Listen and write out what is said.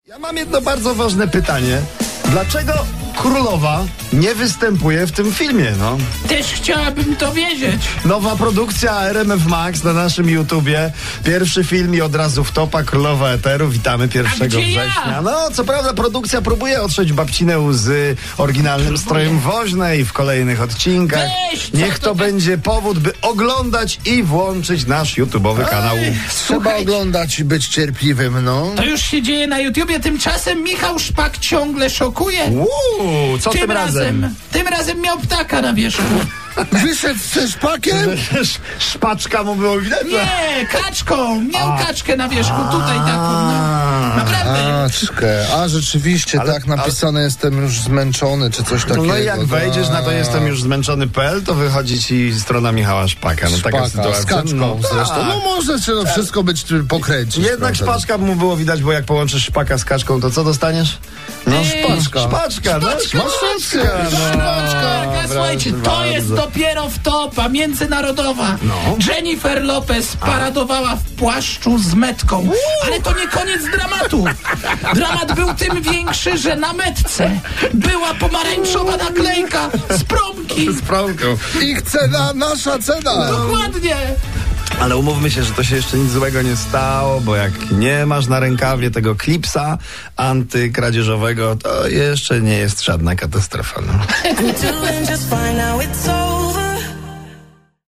Ja mam jedno bardzo ważne pytanie. Dlaczego królowa nie występuje w tym filmie, no? Też chciałabym to wiedzieć. Nowa produkcja RMF Max na naszym YouTubie. Pierwszy film i od razu wtopa Królowa Eteru. Witamy 1 września. Ja? No, co prawda produkcja próbuje otrzeć babcinę łzy oryginalnym strojem woźnej w kolejnych odcinkach. Weź, co Niech to będzie powód, by oglądać i włączyć nasz YouTube'owy kanał. Trzeba Słuchajcie. oglądać i być cierpliwym, no. To już się dzieje na YouTubie, tymczasem Michał Szpak ciągle szokuje. Co tym razem? Tym razem miał ptaka na wierzchu. Wyszedł ze szpakiem? Szpaczka mu było widać? Nie, kaczką. Miał kaczkę na wierzchu, tutaj taką. No. Naprawdę. A rzeczywiście, Ale- tak napisane, jestem już zmęczony, czy coś takiego. No i jak wejdziesz na to jestem już zmęczony.pl, to wychodzi ci strona Michała Szpaka. No taka Szpaka, sytuacja. z kaczką zresztą. tak. No może się wszystko być pokręcić. Jednak prawda? szpaczka mu było widać, bo jak połączysz szpaka z kaczką, to co dostaniesz? No szpaczka. Szpaczka, no Masz rację. Szpaczka, słuchajcie, to jest dopiero wtopa międzynarodowa. No. Jennifer Lopez paradowała w płaszczu z metką. Ale to nie koniec dramatu. Dramat był tym większy, że na metce była pomarańczowa naklejka z promki. Z prąką. Ich cena, nasza cena. Dokładnie. Ale umówmy się, że to się jeszcze nic złego nie stało, bo jak nie masz na rękawie tego klipsa antykradzieżowego, to jeszcze nie jest żadna katastrofa. No. Doing just fine now, it's over.